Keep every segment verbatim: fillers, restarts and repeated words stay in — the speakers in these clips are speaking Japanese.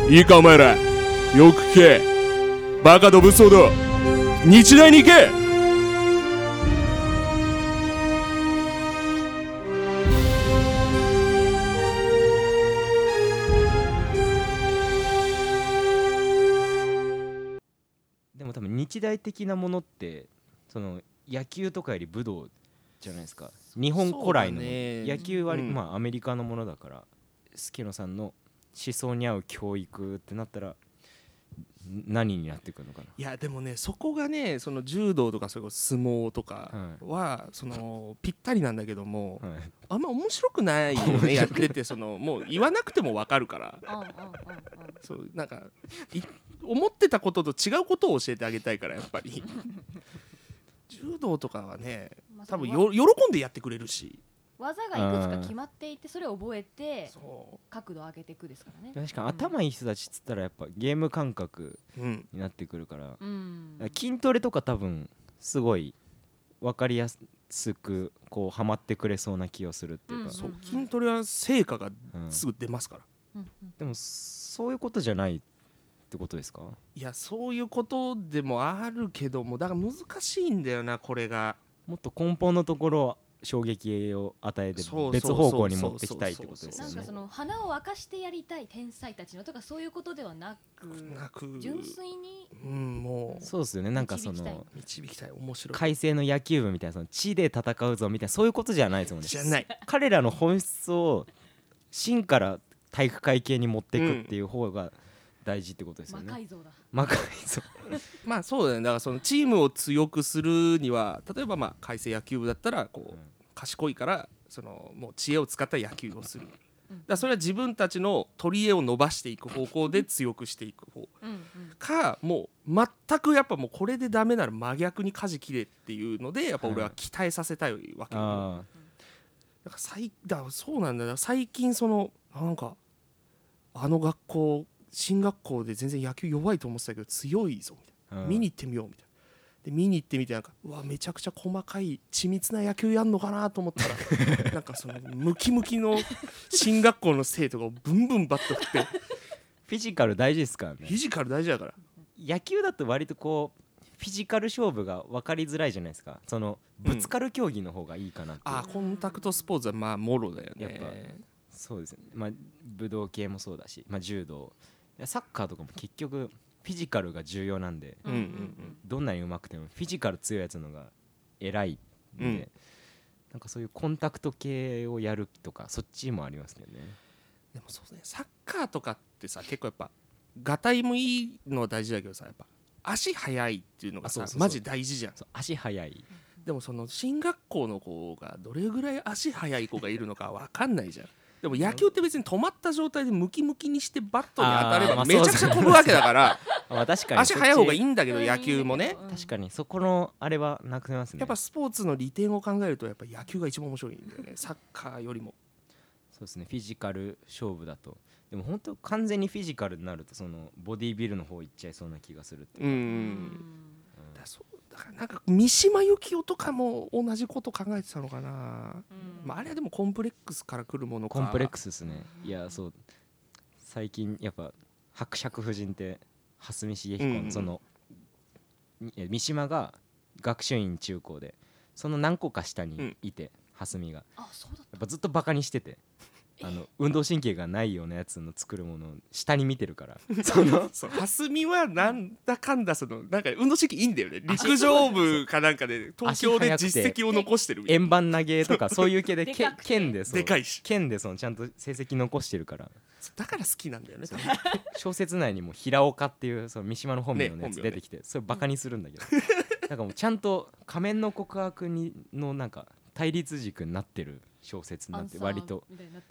いいかお前ら、よく聞け。バカと物騒と日大に行け。 でも多分日大的なものってその野球とかより武道じゃないですか。日本古来の、ね、野球は、うん、まあアメリカのものだから、助野さんの思想に合う教育ってなったら何になってくるのかな。 いやでもね、そこがね、その柔道とかそれこそ相撲とかは、はい、そのぴったりなんだけども、はい、あんま面白くないよねやってて、そのもう言わなくても分かるからそうなんか思ってたことと違うことを教えてあげたいから、やっぱり柔道とかはね、多分よ喜んでやってくれるし、 技がいくつか決まっていて、それを覚えて角度を上げていくですからね。 確かに頭いい人たちっつったらやっぱゲーム感覚になってくるから、うん、筋トレとか多分すごい分かりやすくこうハマってくれそうな気がするっていうか、うん、 そう筋トレは成果がすぐ出ますから、 うん、でもそういうことじゃないってことですか。 いやそういうことでもあるけども、だから難しいんだよな、これが。 もっと根本のところ衝撃を与えて別方向に持ってきたいってことですよね。 なんかその花を沸かしてやりたい天才たちのとかそういうことではなく、なく純粋に、 うん、もうそうですよね。なんかその導きたい、面白い改正の野球部みたいな、その地で戦うぞみたいなそういうことじゃないですもんね。 じゃない。 彼らの本質を真から体育会系に持っていくっていう方が大事ってことですよね。 魔改造だ。 魔改造まあそうだね。だからそのチームを強くするには、例えばまあ改正野球部だったらこう、うん、賢いからそのもう知恵を使った野球をする。だからそれは自分たちの取り柄を伸ばしていく方向で強くしていく方か、もう全くやっぱもうこれでダメなら真逆に舵切れっていうので、やっぱ俺は期待させたいわけよ。だから最だからそうなんだよ。最近そのなんかあの学校進学校で全然野球弱いと思ってたけど強いぞみたいな、見に行ってみようみたいな。で見に行ってみて、なんかうわめちゃくちゃ細かい緻密な野球やんのかなと思ったらなんかそのムキムキの進学校の生徒がブンブンバット振ってフィジカル大事ですからね。 フィジカル大事だから。 野球だと割とこうフィジカル勝負が分かりづらいじゃないですか。そのぶつかる競技の方がいいかなって、うん、 あコンタクトスポーツはまあもろだよね。 やっぱそうですね。まあ武道系もそうだし、まあ、柔道サッカーとかも結局フィジカルが重要なんで、うんうんうん、どんなに上手くてもフィジカル強いやつのが偉いんで、うん、なんかそういうコンタクト系をやるとかそっちもありますよね。 でもそうね、サッカーとかってさ結構やっぱガタイもいいのは大事だけどさ、やっぱ足速いっていうのがさそうそうそうマジ大事じゃん。 足速い。 でもその進学校の子がどれぐらい足速い子がいるのか分かんないじゃん。でも野球って別に止まった状態でムキムキにしてバットに当たればめちゃくちゃ飛ぶわけだからまあ確かに足速い方がいいんだけど野球もね。 確かにそこのあれはなくなりますね。 やっぱスポーツの利点を考えるとやっぱ野球が一番面白いんだよね、サッカーよりも。 そうですね、フィジカル勝負だと。でも本当完全にフィジカルになるとそのボディービルの方行っちゃいそうな気がするっていうか。うん、うん、 だそうだからなんか三島由紀夫とかも同じこと考えてたのかな、うんまあ、あれはでもコンプレックスから来るものか。 コンプレックスですね。いやそう最近やっぱ伯爵夫人って蓮見茂彦の、うん、その三島が学習院中高でその何個か下にいて、うん、蓮見があそうだったやっぱずっとバカにしててあの運動神経がないようなやつの作るものを下に見てるからその蓮見はなんだかんだそのなんか運動神経いいんだよね。陸上部かなんかで東京で実績を残してるみたいな。 円盤投げとかそういう系で剣ででかいし剣でそのちゃんと成績残してるからだから好きなんだよね。 小説内にも平岡っていうその三島の本名のやつ出てきて、ねね、それバカにするんだけどなんかもうちゃんと仮面の告白にのなんか対立軸になってる小説になって割と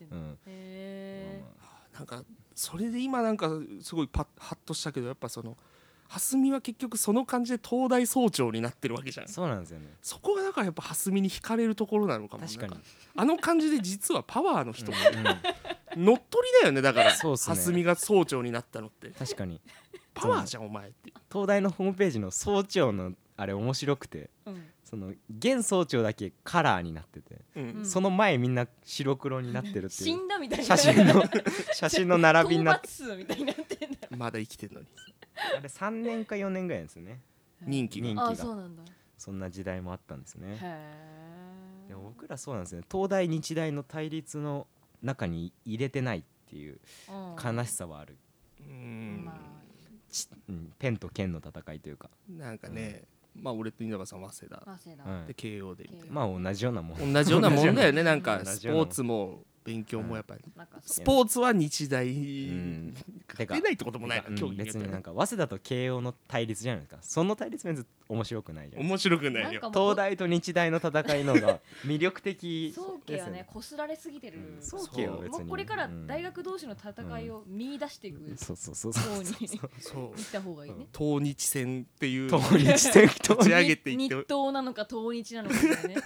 なんかそれで今なんかすごいパッハッとしたけど、やっぱその蓮見は結局その感じで東大総長になってるわけじゃん。 そうなんですよね。 そこがだからやっぱ蓮見に惹かれるところなのかも。 確かにあの感じで実はパワーの人も、うん、乗っ取りだよね。だから蓮見が総長になったのって確かにパワーじゃんお前って。 東大のホームページの総長のあれ面白くて、うん、その現総長だけカラーになってて、うん、その前みんな白黒になってるっていう死んだみたいな写真の写真の並びになってまだ生きてるのにあれさんねんかよねんぐらいですよね、 人気が人気あそうなんだ。 そんな時代もあったんですね。 へでも僕らそうなんですね、東大日大の対立の中に入れてないっていうえ。 悲しさはある、 うーんまあちうん、ペンと剣の戦いというか、 なんかね、まあ俺と稲葉さんは早稲田早稲田。 はいで慶応でみたいまあ同じようなもんな同じようなもんだよねなんか同じようなもんスポーツも勉強もやっぱりなんかスポーツは日大ん勝てないってこともないなうん競技によっては別になんか早稲田と慶応の対立じゃないですか、その対立面面白くないじゃない面白くないよなんかもう東大と日大の戦いのが魅力的早慶はですよね。 ねこすられすぎてる。 うん早慶は別にもうこれから大学同士の戦いを見出していくうんそうそうそうそう方に行そうった方がいいね。 東日戦っていう東日戦と打ち上げていって日東なのか東日なのかみたいなね。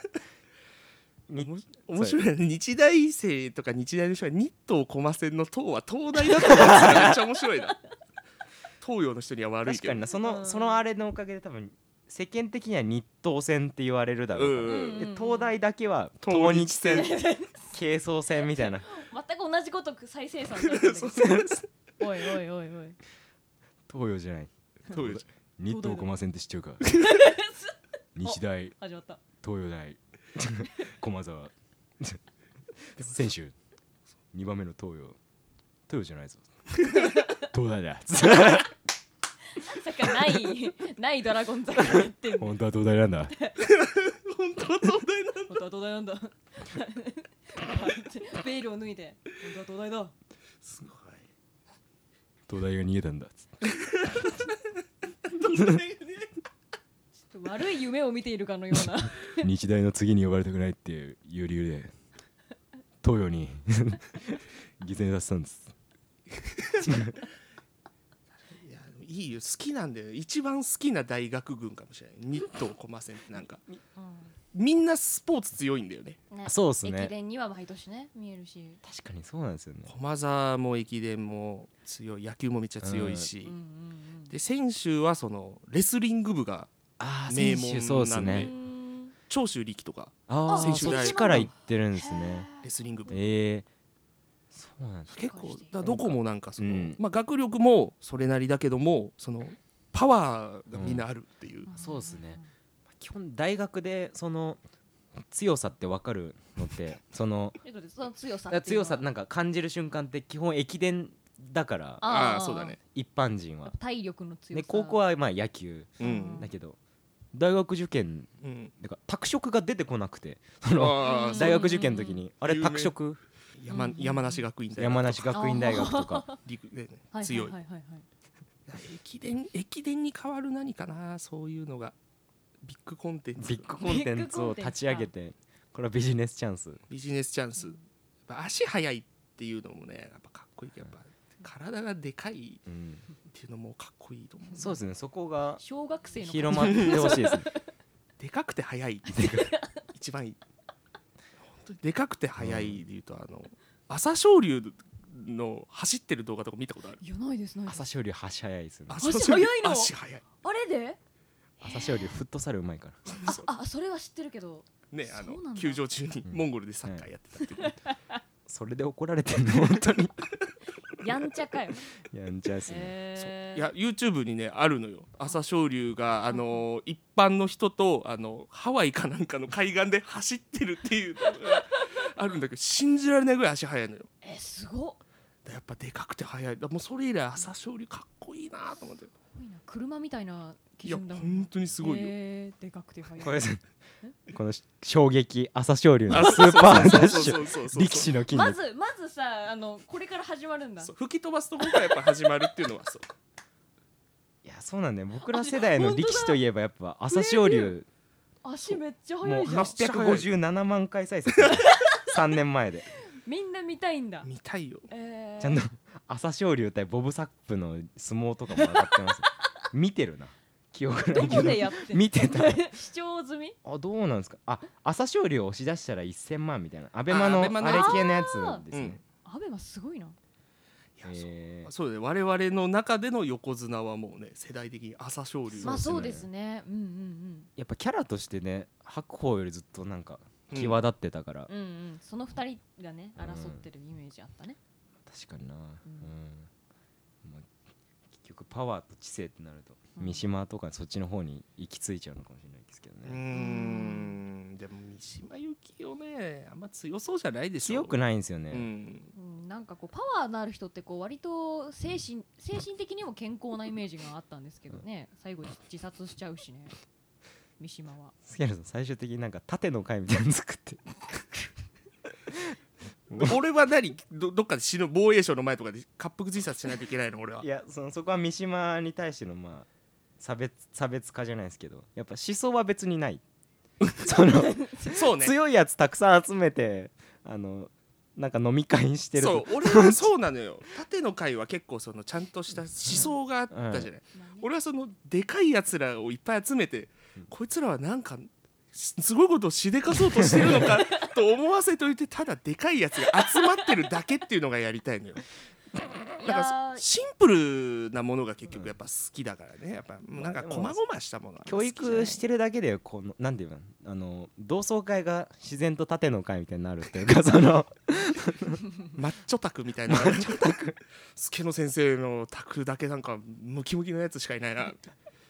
面白いね日大生とか日大の人が日東駒線の東は東大だと思ってたらめっちゃ面白いな東洋の人には悪いけど確かにな、そのうんそのあれのおかげで多分世間的には日東戦って言われるだろうから、 うんうんで東大だけは東東日戦日戦京曹線みたいな全く同じこと再生産されてるんだけど。おいおいおいおい。 東洋じゃない、 東洋じ日東駒線って知ってるか日大始まった。 東洋大駒沢選手にばんめの東洋東洋じゃないぞ東大ださっきからないないドラゴンズが言ってんの。 本当は東大なんだ本当は東大な本当は東大なんだ。ベールを脱いで本当は東大だ。 すごい東大が逃げたんだ悪い夢を見ているかのような。 日大の次に呼ばれたくないっていう理由で東洋に犠牲に出したんですいやいいよ好きなんだよ一番好きな大学軍かもしれない日東駒線ってなんかみんなスポーツ強いんだよねねそうっすね駅伝には毎年ね見えるし。 確かにそうなんですよね駒沢も駅伝も強い野球もめっちゃ強いし、 うんうんうんで選手はそのレスリング部がああ名門選手そうですなんでねうん長州力とかああ選手代そっちから行ってるんですねレスリング部ええそうなんです結構だからどこもなんかその、 うんまあ、学力もそれなりだけどもそのパワーがみんなあるっていう、 そうですね基本大学でその強さって分かるのってそのえっとその強さっていうのは強さなんか感じる瞬間って基本駅伝だからああそうだね一般人は体力の強さ。 で高校はまあ野球うんだけど大学受験うんだから拓殖が出てこなくてそのああうん大学受験の時にあれ有名拓殖山うん山梨学院大学山梨学院大学とか陸で、ねはい強いはいはいはい駅伝駅伝に変わる何かなそういうのがビッグコンテンツビッグコンテンツを立ち上げてこれはビジネスチャンスビジネスチャンス、やっぱ足速いっていうのもねやっぱかっこいいけどやっぱ体がでかいうんっていうのもかっこいいと思うそうですねそこが小学生の広まってほしいですねでかくて速いって一番いい本当にでかくて速いでいうと、あの朝青龍の走ってる動画とか見たことあるいやないですないです。 朝青龍足早いですよね朝青龍速いの足速いあれで朝青龍フットサルうまいからああそれは知ってるけどねあそうなんだの球場中にモンゴルでサッカーやってたっていう、 それで怒られてんの本当にやんちゃかよ。 やんちゃですねへーいや YouTube にねあるのよ朝青龍があの一般の人とあのハワイかなんかの海岸で走ってるっていうのがあるんだけど信じられないぐらい足速いのよえすごっ。 やっぱでかくて速いだもうそれ以来朝青龍かっこいいなと思ってすごいな車みたいな基いや準だもん。 本当にすごいよ、 へーでかくて速い。 これこの衝撃朝青龍のあスーパーダッシュそうそうそうそう力士の筋ま肉ずまずさあのこれから始まるんだ。 そう吹き飛ばすところからやっぱ始まるっていうのはそういやそうなんだよ僕ら世代の力士といえばやっぱ朝青龍足めっちゃも速いじゃん。 うはっぴゃくごじゅうななまん回再生さんねんまえでみんな見たいんだ。 見たいよえーちゃんと朝青龍対ボブサップの相撲とかも上がってます見てるな記憶ないけどどこでやってんの見てた視聴済み。 あどうなんですかあ朝青龍を押し出したらせんまんみたいなアベマのあアベマのあれ系のやつですねアベマすごいな。 いやそうえーそうだね我々の中での横綱はもうね世代的に朝青龍まあそうそうですね。うんうんやっぱキャラとしてね白鵬よりずっとなんか際立ってたから、 うんうんうん。その二人がね争ってるイメージあったね。 確かにな、うんまあパワーと知性ってなると、うん、三島とかそっちの方に行き着いちゃうのかもしれないですけどね。 うーんでも三島由紀夫ねあんま強そうじゃないでしょ。 強くないんですよね、 うんうん、なんかこうパワーのある人ってこう割と精神精神的にも健康なイメージがあったんですけどね、最後自殺しちゃうしね三島は。 スケールさん最終的になんか盾の会みたいなの作って俺は何 ど, どっかで死ぬ防衛省の前とかで滑腹自殺しないといけないの俺は。 いや そ, のそこは三島に対してのまあ差別差別化じゃないですけど、やっぱ思想は別にないそのそう、ね、 強いやつたくさん集めてあのなんか飲み会してると。 そう俺はそうなのよ盾の会は結構そのちゃんとした思想があったじゃない、うんうん、俺はそのでかいやつらをいっぱい集めて、うん、こいつらはなんかすごいことをしでかそうとしてるのかと思わせといて、ただでかいやつが集まってるだけっていうのがやりたいのよ。だからシンプルなものが結局やっぱ好きだからね。やっぱなんか細々したものは教育してるだけでこのなんていうのあの同窓会が自然と盾の会みたいになるっていうかそのマッチョ卓みたいなスケの先生の卓だけなんかムキムキのやつしかいないな。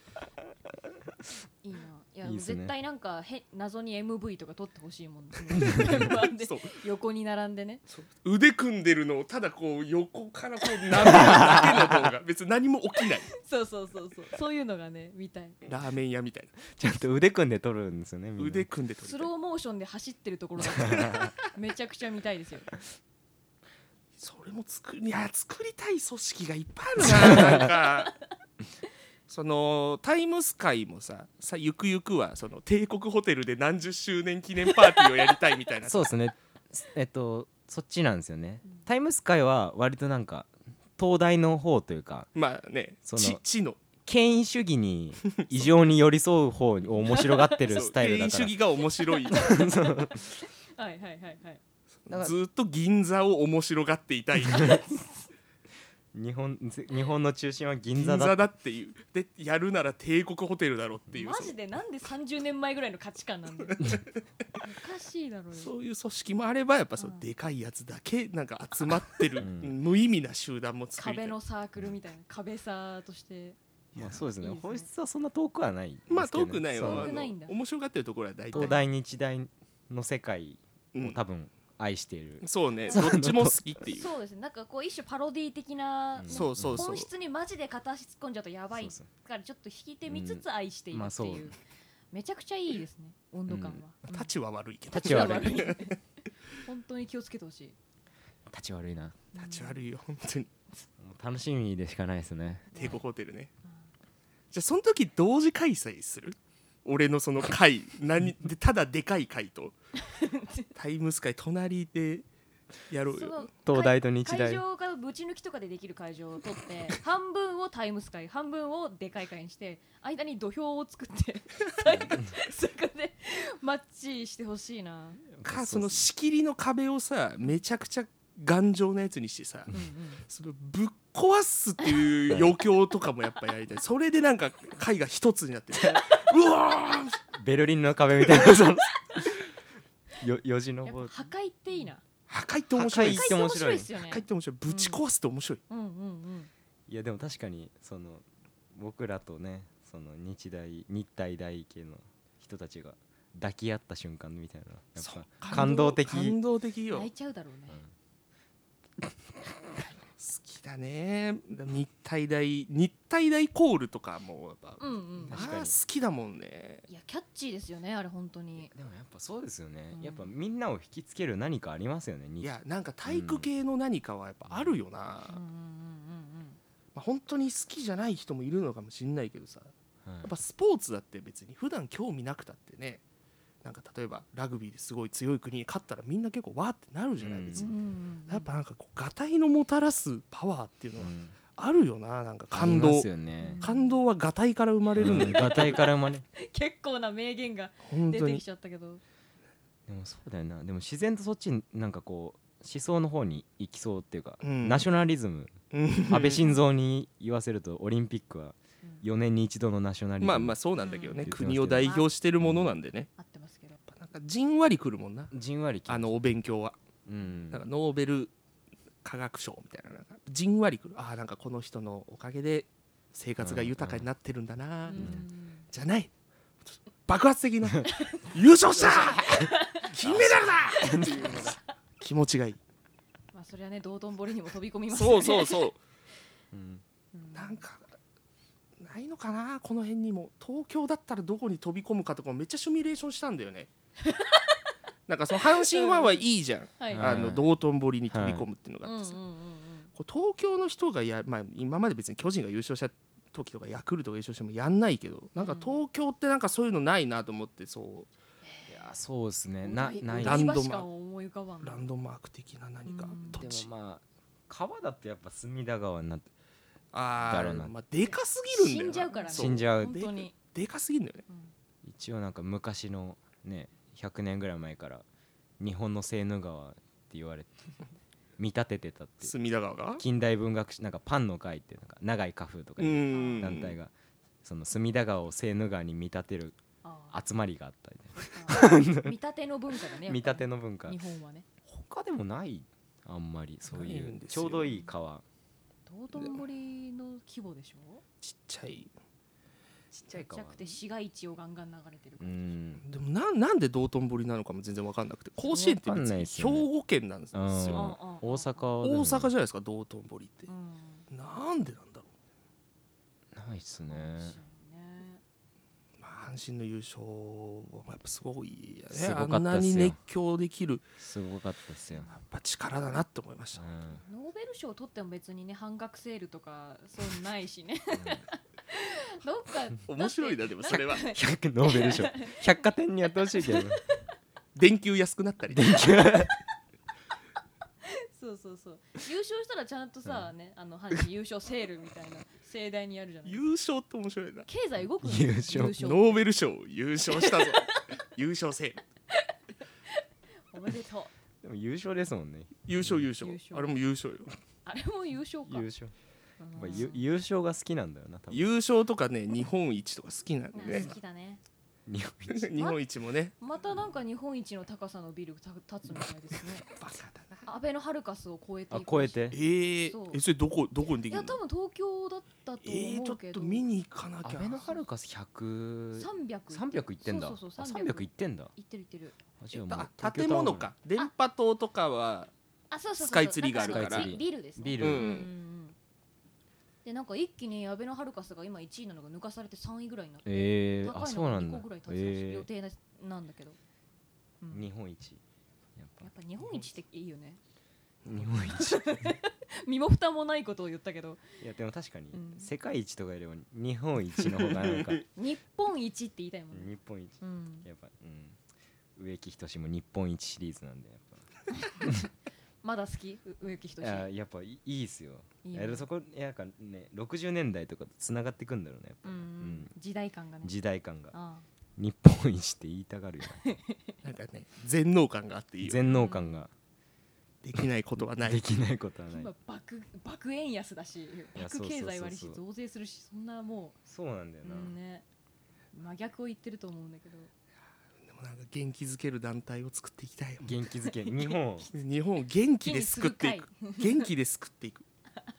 いいな。いやいい、ね、絶対なんかへ謎に エムブイ とか撮ってほしいもんで横に並んでね、 腕組んでるのをただこう横からこう舐めるだけの動画別に何も起きない。 そうそうそうそうそういうのがね見たい。 ラーメン屋みたいなちゃんと腕組んで撮るんですよね。みんな腕組んで撮る。 スローモーションで走ってるところだっためちゃくちゃ見たいですよ。 それも作りいや作りたい組織がいっぱいあるな。なんかそのタイムスカイもささゆくゆくはその帝国ホテルで何十周年記念パーティーをやりたいみたいな。 そうですね。えっとそっちなんですよね、うん、タイムスカイは割となんか東大の方というかまあねその知の権威主義に異常に寄り添う方に面白がってるスタイルだから権威主義が面白いはいはいはいはいずっと銀座を面白がっていたい日本, 日本の中心は銀座 だ, 銀座だっていうでやるなら帝国ホテルだろっていう。 マジでなんでさんじゅうねんまえぐらいの価値観なんだよおかしいだろうよ。 そういう組織もあればやっぱそのでかいやつだけなんか集まってる、うん、無意味な集団も作りたい。 壁のサークルみたいな壁サーとして。 まあそうですね。本質はそんな遠くはないんですけど、ね、 まあ遠くないわ。 遠くないんだ。 面白がってるところは大体東大日大の世界を多分、うん愛している。 そうねどっちも好きっていうそうですね。なんかこう一種パロディ的な、ね、 そうそうそう本質にマジで片足突っ込んじゃうとやばいからちょっと引いてみつつ愛しているっていう、うんまあ、めちゃくちゃいいですね温度感は、 うん、立ちは悪いけど立ち悪い本当に気をつけてほしい。 立ち悪いな。 立ち悪いよ本当に。 楽しみでしかないですね帝国ホテルね、うん、じゃあその時同時開催する俺のその会何でただでかい会とタイムスカイ隣でやろうよ。 東大と日大会場がぶち抜きとかでできる会場を取って半分をタイムスカイ半分をでかい会にして間に土俵を作ってそこでマッチしてほしいな。 かその仕切りの壁をさめちゃくちゃ頑丈なやつにしてさ、うんうん、そのぶっ壊すっていう余興とかもやっぱやりたい。それでなんか会が一つになってるうわベルリンの壁みたいなそのよよじ登る。 破壊っていいな。 破壊って面白い。 破壊って面白い。 破壊って面白い。ぶち壊すって面白い、 うんうんうんうん、 いやでも確かにその僕らとねその日大日体大系の人たちが抱き合った瞬間みたいなやっぱ感動的。 感動的よ。 泣いちゃうだろうね、 うん好きだね日体大日体大コールとかもやっぱ、うんうん、確かに好きだもんね。 いやキャッチーですよねあれ本当に。 でもやっぱそうですよね、うん、やっぱみんなを引きつける何かありますよね。 いやなんか体育系の何かはやっぱあるよな、うんうんうんうん、まあ、本当に好きじゃない人もいるのかもしれないけどさ、はい、やっぱスポーツだって別に普段興味なくたってねなんか例えばラグビーですごい強い国に勝ったらみんな結構わーってなるじゃないですか、うん、やっぱなんかこうガタイのもたらすパワーっていうのはあるよな。なんか感動、ね、感動はガタイから生まれるんだよ、うん、 ガタイから生まれ結構な名言が出てきちゃったけど。 でもそうだよな。でも自然とそっちになんかこう思想の方に行きそうっていうか、うん、ナショナリズム安倍晋三に言わせるとオリンピックはよねんに一度のナショナリズム、 まあまあそうなんだけどね、うん、国を代表してるものなんでね、 合ってますけどなんかじんわりくるもんな。 じんわりあのお勉強は、うん、なんかノーベル科学賞みたいな、なんかじんわりくる。ああなんかこの人のおかげで生活が豊かになってるんだな、 うんじゃない爆発的な優勝した金メダルだっていうのが気持ちがいい。 まあそれはね道頓堀にも飛び込みますよね。 そうそうそううんうんなんかないのかなこの辺にも。東京だったらどこに飛び込むかとかもめっちゃシミュレーションしたんだよねなんかその阪神ファンはいいじゃん、 はいあの道頓堀に飛び込むっていうのがあってさ、 うんうんうんうんこう東京の人がや、まあ、今まで別に巨人が優勝した時とかヤクルトが優勝してもやんないけど、なんか東京ってなんかそういうのないなと思って、そういやそうですねなないランドマークしか思い浮かばんなランドマーク的な何かうん土地、 でもまあ川だとやっぱ隅田川になってあだろうなー、まあ、でかすぎるんだよな。 死んじゃうからねそう死んじゃう本当に、 でかすぎるんだよね。 うん一応なんか昔のねひゃくねんぐらい前から日本のセーヌ川って言われて見立ててたって隅田川が近代文学史なんかパンの会ってなんか長井家風とかういうん団体ががその隅田川をセーヌ川に見立てるああ集まりがあったみああ見立ての文化だねやっぱり見立ての文化日本はね他でもないあんまりそういないんですようちょうどいい川道頓堀の規模でしょちっちゃい。 ちっちゃい川ちっちゃくて市街地をガンガン流れてるうから、 んでもななんで道頓堀なのかも全然分かんなくて、甲子園ってわかん別にないっすよね兵庫県なんですよ、 うんああああ大阪大でも阪じゃないですか道頓堀って、 うんなんでなんだろないっすねねう、まあ、阪神の優勝はやっぱすごいよね。 すごかったっすよあんなに熱狂できるすごかったっすよ、 やっぱ力だなって思いました、 うんノーベル賞取っても別にね半額セールとかそういうのないしねどっか面白いなでもそれはひゃくノーベル賞百貨店にやってほしいけどね電球安くなったりそうそうそう優勝したらちゃんとさ、ねあの阪神優勝セールみたいな盛大にやるじゃない優勝って面白いな。 経済動くの優勝ノーベル賞優勝したぞ優勝せおめでとうでも優勝ですもんね優勝優勝優勝あれも優勝よ。 あれも優勝か優勝うんまあゆ優勝が好きなんだよな多分優勝とかね日本一とか好きなんでうんね好きだね日本一日本一もねまたなんか日本一の高さのビルた立つみたいですねバカだな。 アベノハルカスを超えてあいく超えてえーそう、 えそれどこどこにでいきるの？ や多分東京だったとえー、ちょっ思うけど、 と見に行かなきゃ。 アベノハルカスひゃくさんびゃくさんびゃくいってんだそうそうそうあさんびゃくいってんだいってるいってるあじゃあもうあ東京建物か電波塔とかはあそうそうそうスカイツリーがあるからビビルですねビルうんうんうんうんでなんか一気にアベノハルカスが今いちいなのが抜かされてさんいぐらいになってえー、 高いのが2 あそうなんだ個ぐらい立つらしいえ予定ななんだけど、うんー、日本一やっぱやっぱ日本一っていいよね日本一身も蓋もないことを言ったけどいやでも確かに、 うん世界一とかよりも日本一の方がなんか日本一って言いたいもんね日本一うんやっぱうん植木仁も日本一シリーズなんでやっまだ好きう植木仁ぱいややっぱいいいっすよいいよねいやそこいやなんかねろくじゅうねんだいとかとつながってくんだろうねやっぱ、 うんううんん時代感がね時代感があ日本一って言いたがるよなんかね全能感があっていいよ。 全能感ができないことはないできないことはあない今爆爆円安だしや爆経済割りしそうそうそうそう増税するしそんなもそうなんだよう、 な、 うんね真逆を言ってると思うんだけどでもなんか元気づける団体を作っていきたいよ。 元気づけ日本を日本を元気で救っていく元気で救っていく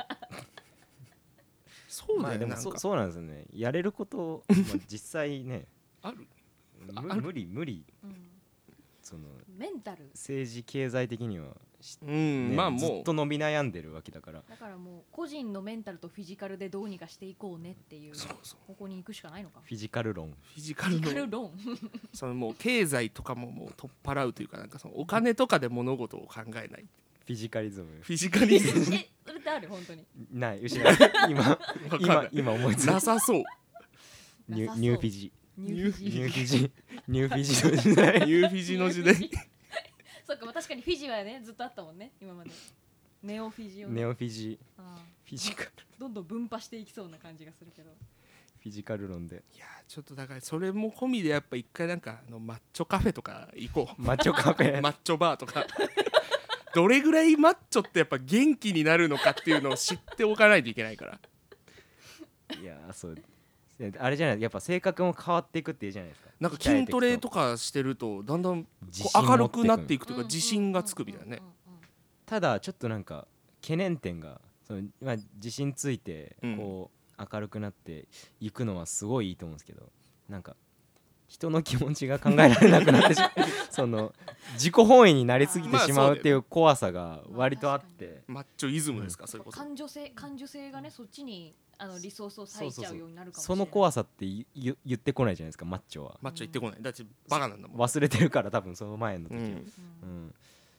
そうまあでもだよなんかそそうなんですよねやれることを、まあ、実際ねあるむある無理無理うんそのメンタル政治経済的にはしうん、 ねまあもうずっと伸び悩んでるわけだからだからもう個人のメンタルとフィジカルでどうにかしていこうねっていうそうそうここに行くしかないのかフィジカル論フィジカルフィジカルの論そのもう経済とかももう取っ払うというかなんかそのお金とかで物事を考えないフィジカリズムフィジカリズムえそれってある本当にない失う今わかんな今い今思いついたなさそうニュなさそうニューフィジニューフィジニューフィジニューフィジの時代ニューフィジの時代そっかまあ確かにフィジはねずっとあったもんね今までネオフィジをねネオフィジああフィジカルどんどん分派していきそうな感じがするけどフィジカル論でいやちょっとだからそれも込みでやっぱ一回なんかあのマッチョカフェとか行こうマッチョカフェマッチョバーとかどれぐらいマッチョってやっぱ元気になるのかっていうのを知っておかないといけないからいやーそうあれじゃないやっぱ性格も変わっていくっていうじゃないですかなんか筋トレとかかしてるとだんだんこ自信う明るくなっていくくというか自信がつくみたいなねただちょっとなんか懸念点がその、まあ、自信ついてうんこう明るくなっていくのはすごいいいと思うんですけど、なんか人の気持ちが考えられなくなってしその自己本位になりすぎてしまうっていう怖さが割とあって、 マッチョイズムですか、それこそ感受性感受性がねそっちにあのリソースを割いちゃうようになるかもしれそない。 の怖さって言言言ってこないじゃないですかマッチョは。 マッチョ言ってこない、だってバカなんだもん。 忘れてるから多分その前の時、 うんうん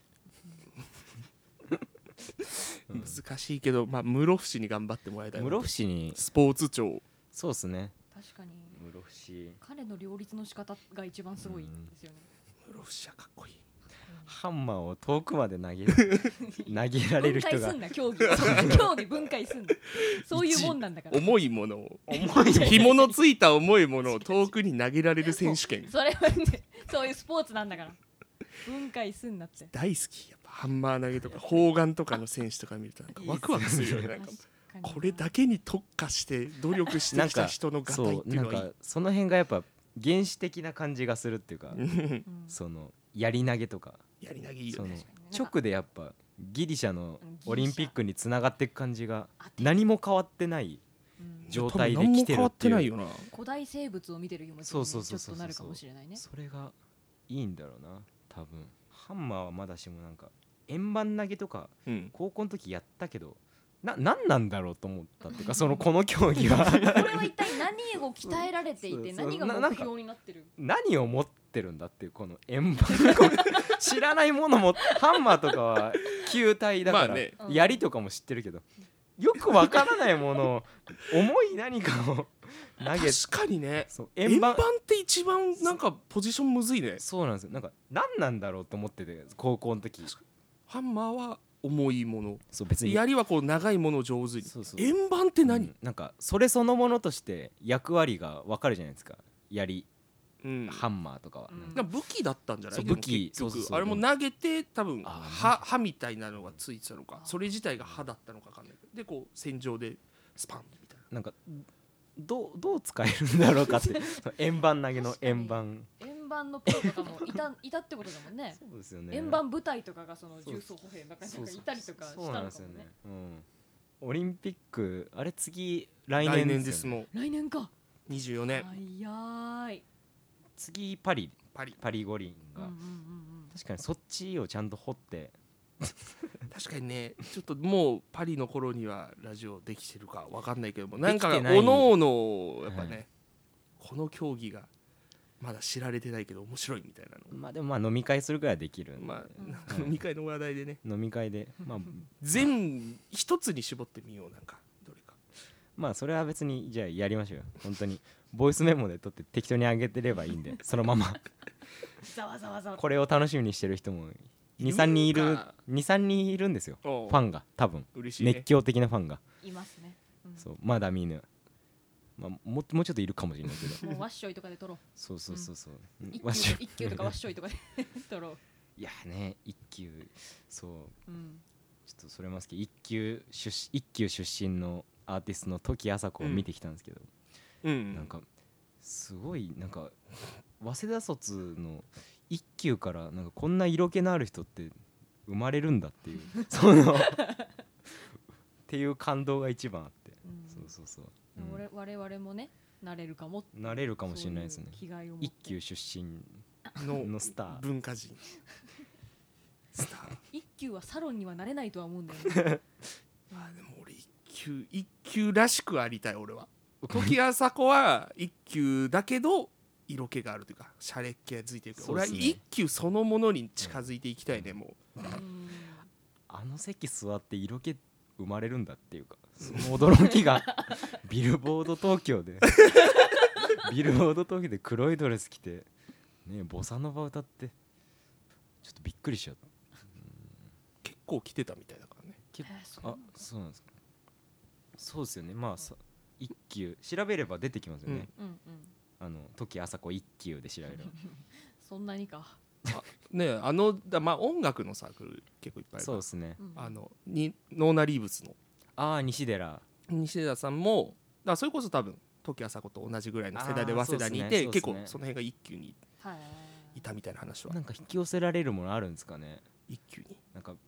難しいけど、まあ室伏に頑張ってもらいたいな。 室伏にスポーツ庁。 そうですね、 確かに室伏彼の両立の仕方が一番すごいですよね。 室伏はかっこいい。 ハンマーを遠くまで投げる投げられる人が分解すんな競技を競技分解すんなそういうもんなんだから。 重いものを重い紐のついた重いものを遠くに投げられる選手権それはねそういうスポーツなんだから分解すんなって。 大好き。やっぱハンマー投げとか砲丸とかの選手とか見るとなんかワクワクするよね。なんか確かになこれだけに特化して努力してきた人のガタイっていうのはいいそうなんか。その辺がやっぱ原始的な感じがするっていうか、 うんうんその槍投げとかやり投げいいそのよね。 直でやっぱギリシャのうんオリンピックにつながっていく感じが当て何も変わってないうん状態で多分何も来てるっ変わってていうないよな。 古代生物を見てる気持ちそうにねちょそうそうそうっとなるかもしれないね。 それがいいんだろうな多分。ハンマーはまだしもなんか円盤投げとかうん。 高校の時やったけどな何なんだろうと思ったっていうかそのこの競技はこれは一体何を鍛えられていてそうそう何がななんか目標になってる。 何を持ってるんだっていうこの円盤知らないものもハンマーとかは球体だから、 まあね槍とかも知ってるけどよくわからないものを重い何かを投げ確かにね。 そう円盤円盤って一番なんかポジションむずいね。 そうなんですよ。なんか何なんだろうと思ってて高校の時。 ハンマーは重いもの、 そう別に槍はこう長いものを上手に。 そうそう円盤って何？ うんなんかそれそのものとして役割がわかるじゃないですか。槍、 うんハンマーとかは、 うんなんかなんか武器だったんじゃない？ そうでも武器結局そうそうそうあれも投げて多分あー刃刃みたいなのがついてたのかあーそれ自体が刃だったのか分かんないけどでこう戦場でスパンみたいなんかどうどう使えるんだろうかって円盤投げの円盤。 円盤のプロとかもいたいたってことだもんね。 そうですよね。 円盤部隊とかがそのそう重装歩兵の中にそうそうなんかいたりとかしたそうのかもなんですよねね。。 うん。オリンピックあれ次来な。来年年でよね。 ですすもう来年か。 にじゅうよねん早い。 次パリパリ。 パリ五輪が、 うんうんうん確かにそっちをちゃんと掘って確かにねちょっともうパリの頃にはラジオできてるか分かんないけどもなんかできてないおのおのやっぱね、 はいこの競技がまだ知られてないけど面白いみたいなのまあでもまあ飲み会するぐらいはできるんで、 まあうんなんか飲み会の話題でね飲み会でまあ全一つに絞ってみようなんかどれかまあそれは別にじゃあやりましょうよ本当にボイスメモで撮って適当に上げてればいいんでそのままざわざわざわ。 これを楽しみにしてる人もにさんにんいるかにさんにんいるんですよおうファンが多分嬉しいね熱狂的なファンがいますね。うんそうまだ見ぬまあももうちょっといるかもしれないけどもうワッショイとかで撮ろう。 そうそうそうそううん一わし級一級とかワッショイとかで撮ろう。 いやね一級そううん。 ちょっとそれますけど一級出身一級出身のアーティストの時あさこを見てきたんですけど、 うんなんかすごいなんか早稲田卒の一級からなんかこんな色気のある人って生まれるんだっていうそのっていう感動が一番あって、 うんそうそうそう、 我々我々もねなれるかも。 なれるかもしれないですね。 そういう気概を持って一級出身ののスター文化人スター一級はサロンにはなれないとは思うんだよね。 まあでも俺一級一級らしくありたい俺は時あさこは一級だけど色気があるというかシャレっ気がついてるけど、俺はそうっすね一級そのものに近づいていきたいね、もううんあの席座って色気生まれるんだっていうかその驚きがビルボード東京でビルボード東京で黒いドレス着てねボサノバ歌ってちょっとびっくりしちゃった。 結構来てたみたいだからねけえーそうあそうなんですか。そうですよね。まあさ一級調べれば出てきますよね、 うんうん。 あの時あさこ一級で調べればそんなにか。 ねあのだまあ音楽のサークル結構いっぱいあるからそうですね。 うんあのにノーナリーブスのああ西寺西田さんもだからそれこそ多分時あさこと同じぐらいの世代であー早稲田にいて、 そうっすね結構そうっすねその辺が一級にはい。 いたみたいな話はなんか引き寄せられるものあるんですかね。 一級になんか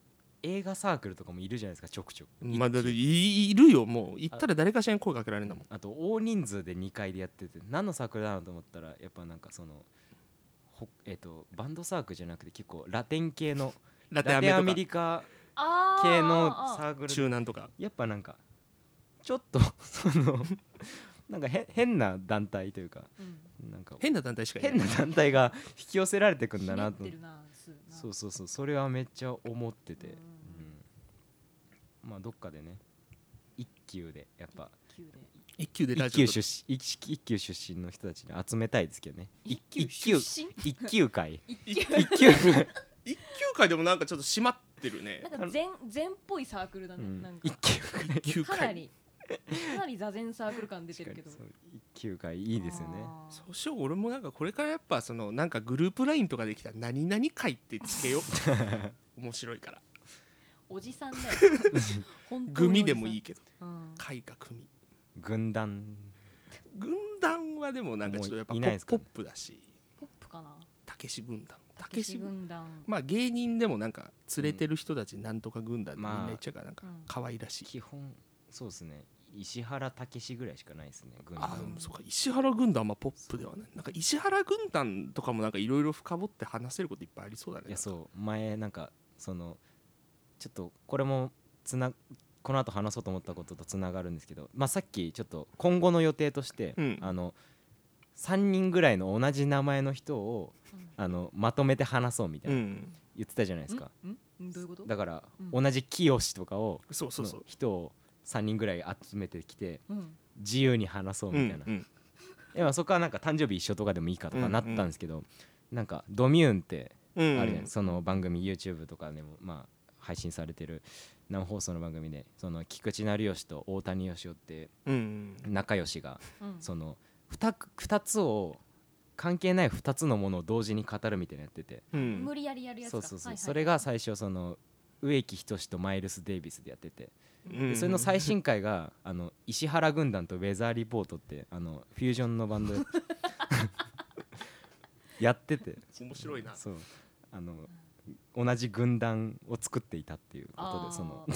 映画サークルとかもいるじゃないですか、ちょくちょく。 まあだっていいるよ、もう行ったら誰かしらに声かけられるんだもん。 あと大人数でにかいでやってて、何のサークルだろうと思ったら、やっぱなんかそのほえっとバンドサークルじゃなくて結構ラテン系のララテンアメテンアメとかリカあー系のあーサークル中南とか。 やっぱなんかちょっとそのなんかへ変な団体というか、 うんなんか変な団体しかいない変な団体が引き寄せられてくんだひねなと。 ってるなすなそうそうそう、それはめっちゃ思ってて、 うんうんまあどっかでね一級でやっぱ急で一級でラ一ジオ級出身一一級出身の人たちに集めたいですけどね。 一級一級出身一級会一級一級会一級会でもなんかちょっと締まってるねなんか全全っぽいサークルだね、 うんなんか一級会一級会かなりかなり座禅サークル感出てるけどそう一級会いいですよね。 あーそうしよう。俺もなんかこれからやっぱそのなんかグループラインとかできたら何々会ってつけよう面白いから。 おじさんだよ本当におじさん組でもいいけどうん会か組。 軍団軍団はでもなんかちょっとやっぱポッもういないですかねポップだし、 ポップかなたけし軍団たたけしけし軍軍団まあ芸人でもなんか連れてる人たちなんとか軍団ってみんまあな言っちゃうからなんかうん可愛らしい。 基本そうですね、石原武史ぐらいしかないですね軍団。 あでもそうか、石原軍団はポップではない。なんか石原軍団とかもなんかいろいろ深掘って話せることいっぱいありそうだね。 いやそう前なんかそのちょっとこれもつなこの後話そうと思ったこととつながるんですけど、まあ、さっきちょっと今後の予定として、 うんあのさんにんぐらいの同じ名前の人をうんあのまとめて話そうみたいうな、 ん言ってたじゃないですか。 んんどういうことだから、 うん同じ清とかをのそうそうそう。 人をさんにんぐらい集めてきてうん自由に話そうみたいな、 うんうんでもそこはなんか誕生日一緒とかでもいいかとかなったんですけど、なんかドミューンってうんあるじゃない、その番組 YouTube とかでもまあ配信されてる生放送の番組で、その菊池成吉と大谷義雄ってうん仲良しがうんその 2, 2つを関係ないふたつのものを同時に語るみたいなのやってて、 うん無理やりやるやつかそうそうそう、 はいはいそれが最初その植木仁とマイルス・デイビスでやってて、 うんでそれの最新回があの石原軍団とウェザーリポートってあのフュージョンのバンドやってて、 面白いな。 そうあの同じ軍団を作っていたっていうことあーで、その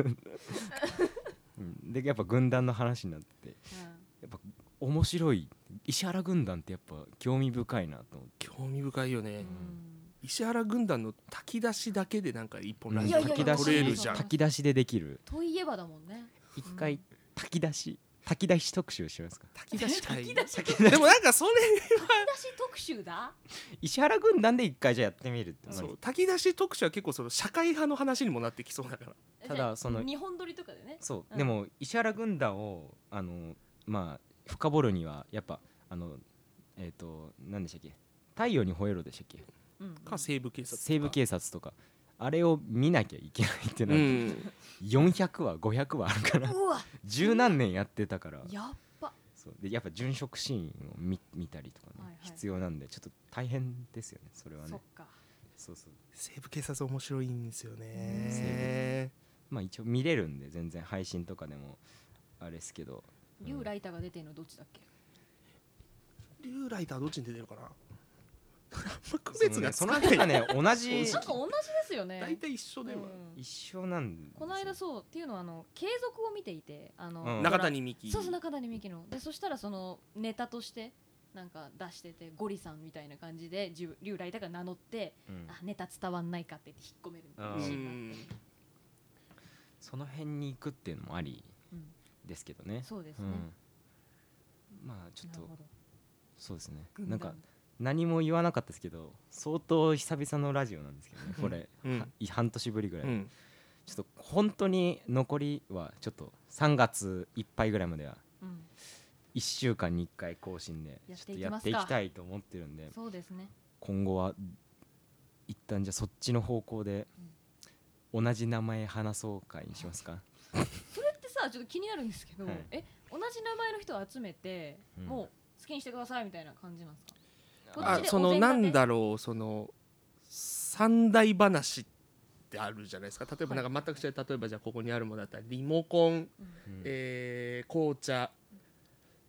うんでやっぱ軍団の話になってて、やっぱ面白い、石原軍団ってやっぱ興味深いなと思って。 興味深いよね。 うん石原軍団の炊き出しだけでなんか一本ラジオいやいやいや炊き出し取れるじゃん。 炊き出しでできる、 といえばだもんね一回炊き出し炊き出し特集しますか。 炊き出したい。 炊き出し炊きでもなんかそれ炊き出し特集だ石原軍団で一回じゃあやってみるってそう炊き出し特集は結構その社会派の話にもなってきそうだから。 ただその日本撮りとかでねそう、 うんでも石原軍団をあのまあ深掘るにはやっぱあのえっ、と何でしたっけ、太陽に吠えろでしたっけ、 うんか西部警察とか。 西部警察とか、あれを見なきゃいけないってなうるん。 とよんひゃくわごひゃくわあるからうわ十何年やってたから、 やっばそうでやっぱ殉職シーンを見見たりとかね、 はいはい必要なんでちょっと大変ですよねそれはね。 そっかそうそう、 西部警察面白いんですよね。 まあ一応見れるんで全然配信とかでもあれですけど、 リュウライタが出てるのどっちだっけリュウライターどっちに出てるかな。あんま区別がつそのかない。 ねその辺がね同じなんか同じですよね大体一緒では。 うん一緒なんですよ。 この間そうっていうのはあの継続を見ていてあの、 うん中谷美紀。 そうそう中谷美紀のでそしたらそのネタとしてなんか出しててゴリさんみたいな感じでじゅリュウライタが名乗って、 うんあネタ伝わんないかって言って引っ込めるみたいなうシーンがあってん。 その辺に行くっていうのもありうんですけどね。 そうですね、 うん、まあちょっとなるほどそうですね。 軍団なんか何も言わなかったですけど相当久々のラジオなんですけどねこれ、 うんはい半年ぶりぐらい、 うん。 ちょっと本当に残りはちょっとさんがついっぱいぐらいまではうんいっしゅうかんにいっかい更新でやっちょってといきますかやっていきたいと思ってるんで、 そうですね今後は一旦じゃあそっちの方向で同じ名前話そう会にしますか。 それってさちょっと気になるんですけど、 はいえ同じ名前の人を集めて、 うんもう好きにしてくださいみたいな感じなんですかこっちであそのお膳立てなんだろうその三大話ってあるじゃないですか。例えばはないんか全く違う、例えばじゃあここにあるものだったらリモコン、 うんえー紅茶、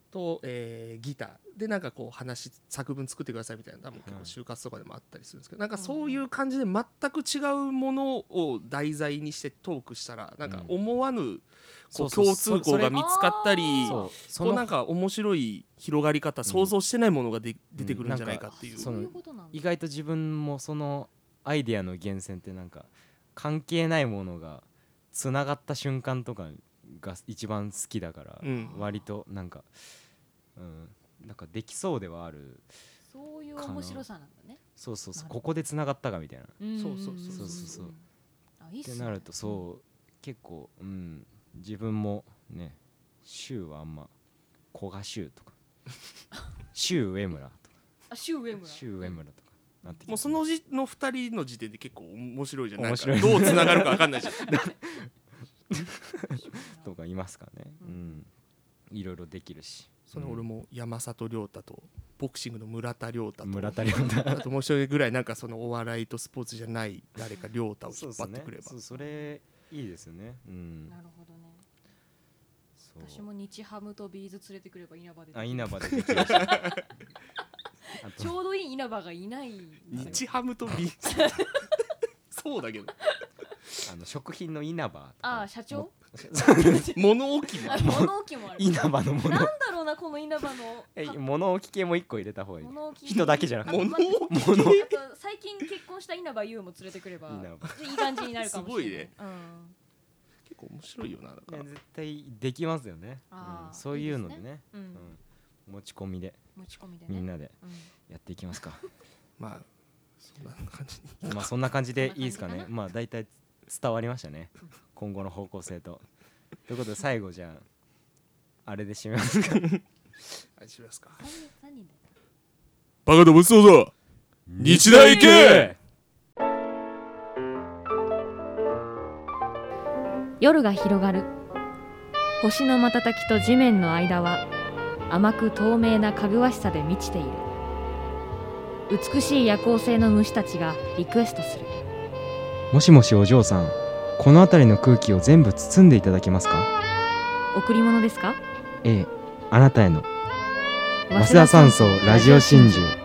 と、えーギターでなんかこう話作文作ってくださいみたいな多分結構就活とかでもあったりするんですけど、なんかそういう感じで全く違うものを題材にしてトークしたらなんか思わぬこう共通項が見つかったり、 そうそこうのなんか面白い広がり方、想像してないものがで出てくるんじゃないかっていう、 そのそういうことなんだ。 意外と自分もそのアイデアの源泉ってなんか関係ないものがつながった瞬間とかが一番好きだから、 うん割となんか、うん、なんかできそうではある。 そういう面白さなんだね。 そうそうそう、 なるほどここでつながったかみたいなっうんそうそうそうそうそうあ、いいっすね。 てなると、そう結構、うん、自分もね週はあんま古賀週とか週上村とかあ、シュウエムラ。 週上村とかなってきて、 もうそのじのふたりの時点で結構面白いじゃないですか。 面白いどうつながるか分かんないじゃんとかいますからね、うん、いろいろできるし、 その俺も山里亮太とボクシングの村田亮太と村田亮太あともう一人ぐらいなんかそのお笑いとスポーツじゃない誰か亮太を引っ張ってくれば、 そうそうね、そうそれいいですよね、うんなるほどね。 そう私も日ハムとビーズ連れてくれば稲葉で。 あ稲葉でできるしあとちょうどいい稲葉がいないんですよ。 日ハムとビーズそうだけどあの食品の稲葉とかあ、社長？ 物置もあ、物置もある。 稲葉のものなんだろうな、この稲葉の。 え物置系も一個入れた方がいい、 物置人だけじゃなくて物あま置物あと最近結婚した稲葉優も連れてくれば稲いい感じになるかもしれない。 すごいねうん。 結構面白いよな、だからね絶対できますよね、 あーうん、そういうのでいいねうんうん持ち込みで持ち込みでね。 みんなでうんやっていきますかまあそんな感じにまあそんな感じでいいですかそんな感じかね。まあ大体伝わりましたね。今後の方向性と。ということで最後じゃああれで締めますか。 あれしますか。 三人三人だよ。 バカと物騒だ日大行け。 夜が広がる。星の瞬きと地面の間は甘く透明なかぐわしさで満ちている。美しい夜行性の虫たちがリクエストする。 もしもしお嬢さん、この辺りの空気を全部包んでいただけますか。 贈り物ですか？ ええ、あなたへの早稲田山荘ラジオ真珠。